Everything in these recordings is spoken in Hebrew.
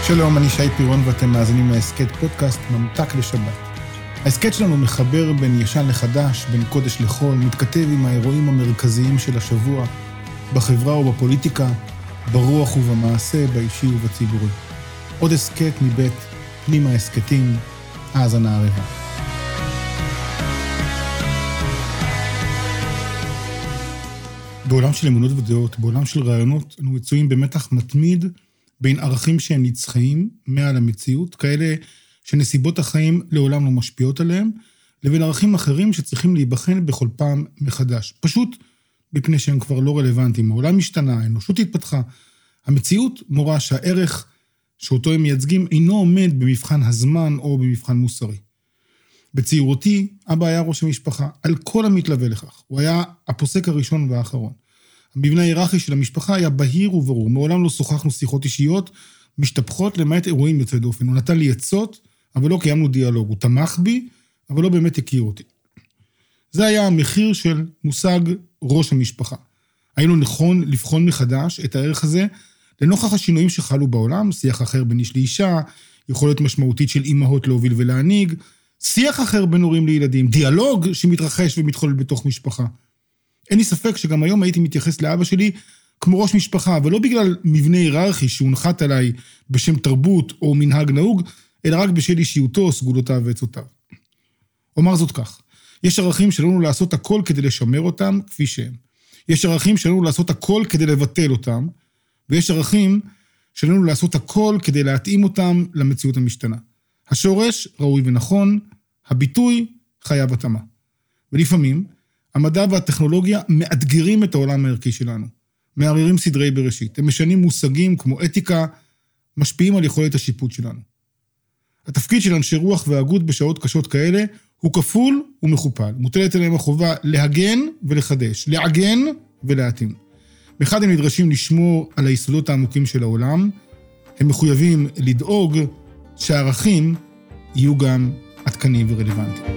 שלום, אני שי פירון ואתם מאזינים להסקט פודקאסט ממתק לשבת. ההסקט שלנו מחבר בין ישן לחדש, בין קודש לחול, מתכתב עם האירועים המרכזיים של השבוע, בחברה ובפוליטיקה, ברוח ובמעשה, באישי ובציבורי. עוד הסקט מבית פנימה הסקטים, האזנה ערבה. בעולם של אמונות ודעות, בעולם של רעיונות, אנו מצויים במתח מתמיד בין ערכים שהם נצחיים מעל המציאות, כאלה שנסיבות החיים לעולם לא משפיעות עליהם, לבין ערכים אחרים שצריכים להיבחן בכל פעם מחדש. פשוט מפני שהם כבר לא רלוונטיים. העולם משתנה, האנושות התפתחה. המציאות מורה שהערך שאותו הם מייצגים אינו עומד במבחן הזמן או במבחן מוסרי. בצעירותי, אבא היה ראש המשפחה, על כל המתלווה לכך. הוא היה הפוסק הראשון והאחרון. המבנה ההיררכי של המשפחה היה בהיר וברור. מעולם לא שוחחנו שיחות אישיות, משתפחות למעט אירועים יוצאי דופן. הוא נתן לי עצות, אבל לא קיימנו דיאלוג. הוא תמך בי, אבל לא באמת הכיר אותי. זה היה המחיר של מושג ראש המשפחה. היינו נכון לבחון מחדש את הערך הזה, לנוכח השינויים שחלו בעולם, שיח אחר בין איש לאישה, יכולת משמעותית של אימהות להוביל ולהנהיג, שיח אחר בין הורים לילדים, דיאלוג שמתרחש ומתחולל בתוך משפחה. אין לי ספק שגם היום הייתי מתייחס לאבא שלי כמו ראש משפחה, אבל לא בגלל מבנה היררכי שהונחת עליי בשם תרבות או מנהג נהוג, אלא רק בשל אישיותו, סגולותיו ועצותיו. אומר זאת כך, יש ערכים שלנו לעשות הכל כדי לשמר אותם כפי שהם. יש ערכים שלנו לעשות הכל כדי לבטל אותם, ויש ערכים שלנו לעשות הכל כדי להתאים אותם למציאות המשתנה. השורש ראוי ונכון, הביטוי חייב התאמה. ולפעמים, המדע והטכנולוגיה מאתגרים את העולם הערכי שלנו, מערערים סדרי בראשית, הם משנים מושגים כמו אתיקה, משפיעים על יכולת השיפוט שלנו. התפקיד של אנשי רוח והגות בשעות קשות כאלה הוא כפול ומכופל. מוטלת עליהם החובה להגן ולחדש, לעגן ולהתאים. באחד הם נדרשים לשמור על היסודות העמוקים של העולם, הם מחויבים לדאוג שהערכים יהיו גם עדכניים ורלוונטיים.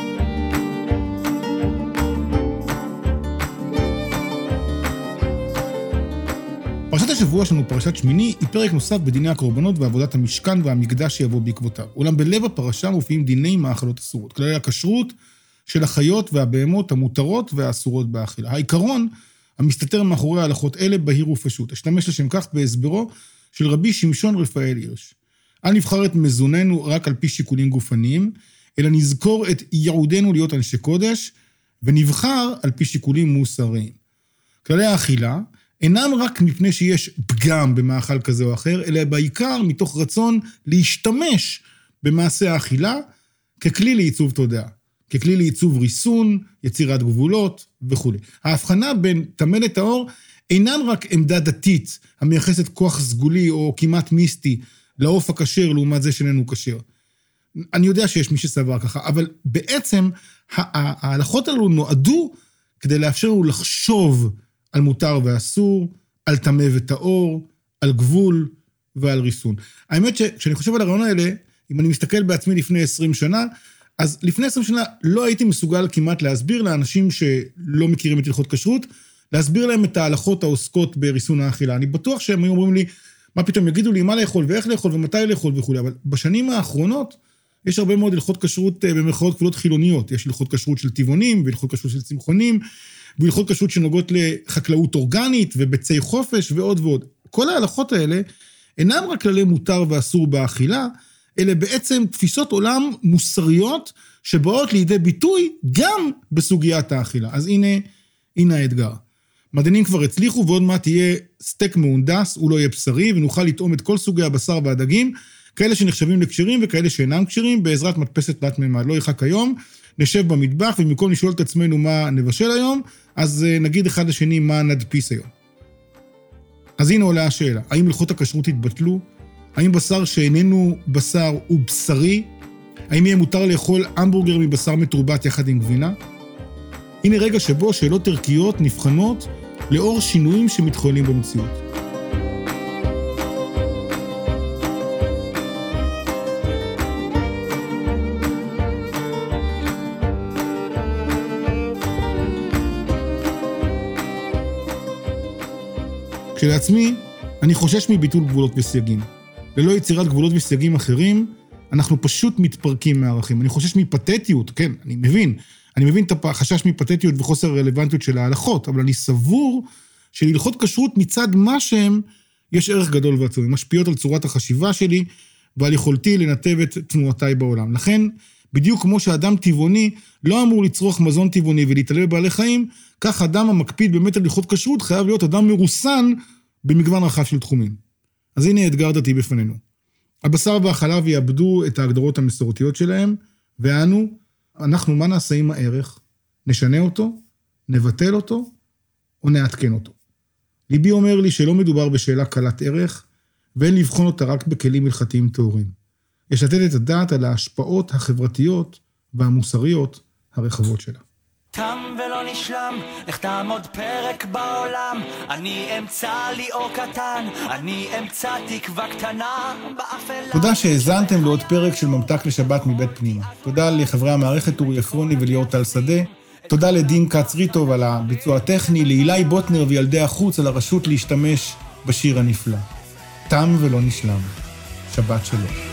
פרשת השבוע שלנו, פרשת שמיני, היא פרק נוסף בדיני הקורבנות ועבודת המשכן והמקדש שיבוא בעקבותיו. אולם בלב הפרשה מופיעים דיני מאכלות אסורות, כללי הכשרות של החיות והבהמות המותרות והאסורות באכילה. העיקרון המסתתר מאחורי ההלכות אלה בהיר ופשוט. אשתמש לשם כך בהסברו של רבי שמשון רפאל הירש. אל נבחר את מזוננו רק על פי שיקולים גופניים, אלא נזכור את ייעודנו להיות אנשי קודש, ונבחר על פי שיקולים מוסריים. כללי האכילה אינם רק מפני שיש פגם במאכל כזה או אחר, אלא בעיקר מתוך רצון להשתמש במעשה האכילה ככלי לעיצוב תודעה, ככלי לעיצוב ריסון, יצירת גבולות וכו'. ההבחנה בין טמא לטהור אינן רק עמדה דתית המייחסת כוח סגולי או כמעט מיסטי לעוף הכשר לעומת זה שאיננו כשר. אני יודע שיש מי שסבר ככה, אבל בעצם ההלכות האלו נועדו כדי לאפשר לנו לחשוב על מותר ואסור, על טמא וטהור, על גבול ועל ריסון. האמת שכשאני חושב על הרעיון האלה, אם אני מסתכל בעצמי לפני 20 שנה, אז לפני 20 שנה לא הייתי מסוגל כמעט להסביר לאנשים שלא מכירים את הלכות כשרות, להסביר להם את ההלכות העוסקות בריסון האכילה. אני בטוח שהם היו אומרים לי, מה פתאום יגידו לי מה לאכול ואיך לאכול ומתי לאכול וכו'. אבל בשנים האחרונות יש הרבה מאוד הלכות כשרות במרכאות כפולות חילוניות. יש הלכות כשרות של טבעונים והלכות כשרות של צמחונים, והלכות כשרות שנוגעות לחקלאות אורגנית וביצי חופש ועוד ועוד. כל ההלכות האלה אינם רק כללי מותר ואסור באכילה, אלא בעצם תפיסות עולם מוסריות שבאות לידי ביטוי גם בסוגיית האכילה. אז הנה האתגר. מדענים כבר הצליחו ועוד מעט יהיה סטייק מהונדס, הוא לא יהיה בשרי, ונוכל לטעום את כל סוגי הבשר והדגים, כאלה שנחשבים לקשרים וכאלה שאינם קשרים, בעזרת מדפסת תלת מימד. לא ירחק היום, נשב במטבח, ובמקום לשאול את עצמנו מה נבשל היום, אז נגיד אחד לשני מה נדפיס היום. אז הנה עולה השאלה, האם הלכות הכשרות התבטלו? האם בשר שאיננו בשר הוא בשרי? האם יהיה מותר לאכול המבורגר מבשר מתורבת יחד עם גבינה? הנה רגע שבו שאלות ערכיות נבחנות לאור שינויים שמתחוללים במציאות. כשלעצמי, אני חושש מביטול גבולות וסייגים. ללא יצירת גבולות וסייגים אחרים, אנחנו פשוט מתפרקים מהערכים. אני חושש מפתטיות, כן, אני מבין את החשש מפתטיות וחוסר רלוונטיות של ההלכות, אבל אני סבור שלהלכות כשרות מצד מה שהם, יש ערך גדול ועצום. הן משפיעות על צורת החשיבה שלי, ועל יכולתי לנתב את תנועותיי בעולם. לכן, בדיוק כמו שאדם טבעוני לא אמור לצרוך מזון טבעוני ולהתעלל בבעלי חיים, כך אדם המקפיד באמת על הלכות כשרות חייב להיות אדם מרוסן במגוון רחב של תחומים. אז הנה אתגר דתי בפנינו. הבשר והחלב יאבדו את ההגדרות המסורתיות שלהם, אנחנו מה נעשה עם הערך? נשנה אותו, נבטל אותו, או נעדכן אותו. ליבי אומר לי שלא מדובר בשאלה קלת ערך, ואין לבחון אותה רק בכלים הלכתיים טהורים. יש לתת את הדעת על ההשפעות החברתיות והמוסריות הרחבות שלה. תם ולא נשלם, לך תעמוד פרק בעולם, אני אמצא לי אור קטן, אני אמצא תקווה קטנה באפלה. תודה שהאזנתם לעוד פרק של ממתק לשבת מבית פנימה. תודה לחברי המערכת אורי אפרוני וליאור טל שדה. תודה לדין קץ ריטוב על הביצוע הטכני, לאילי בוטנר וילדי החוץ על הרשות להשתמש בשיר הנפלא. תם ולא נשלם. שבת שלום.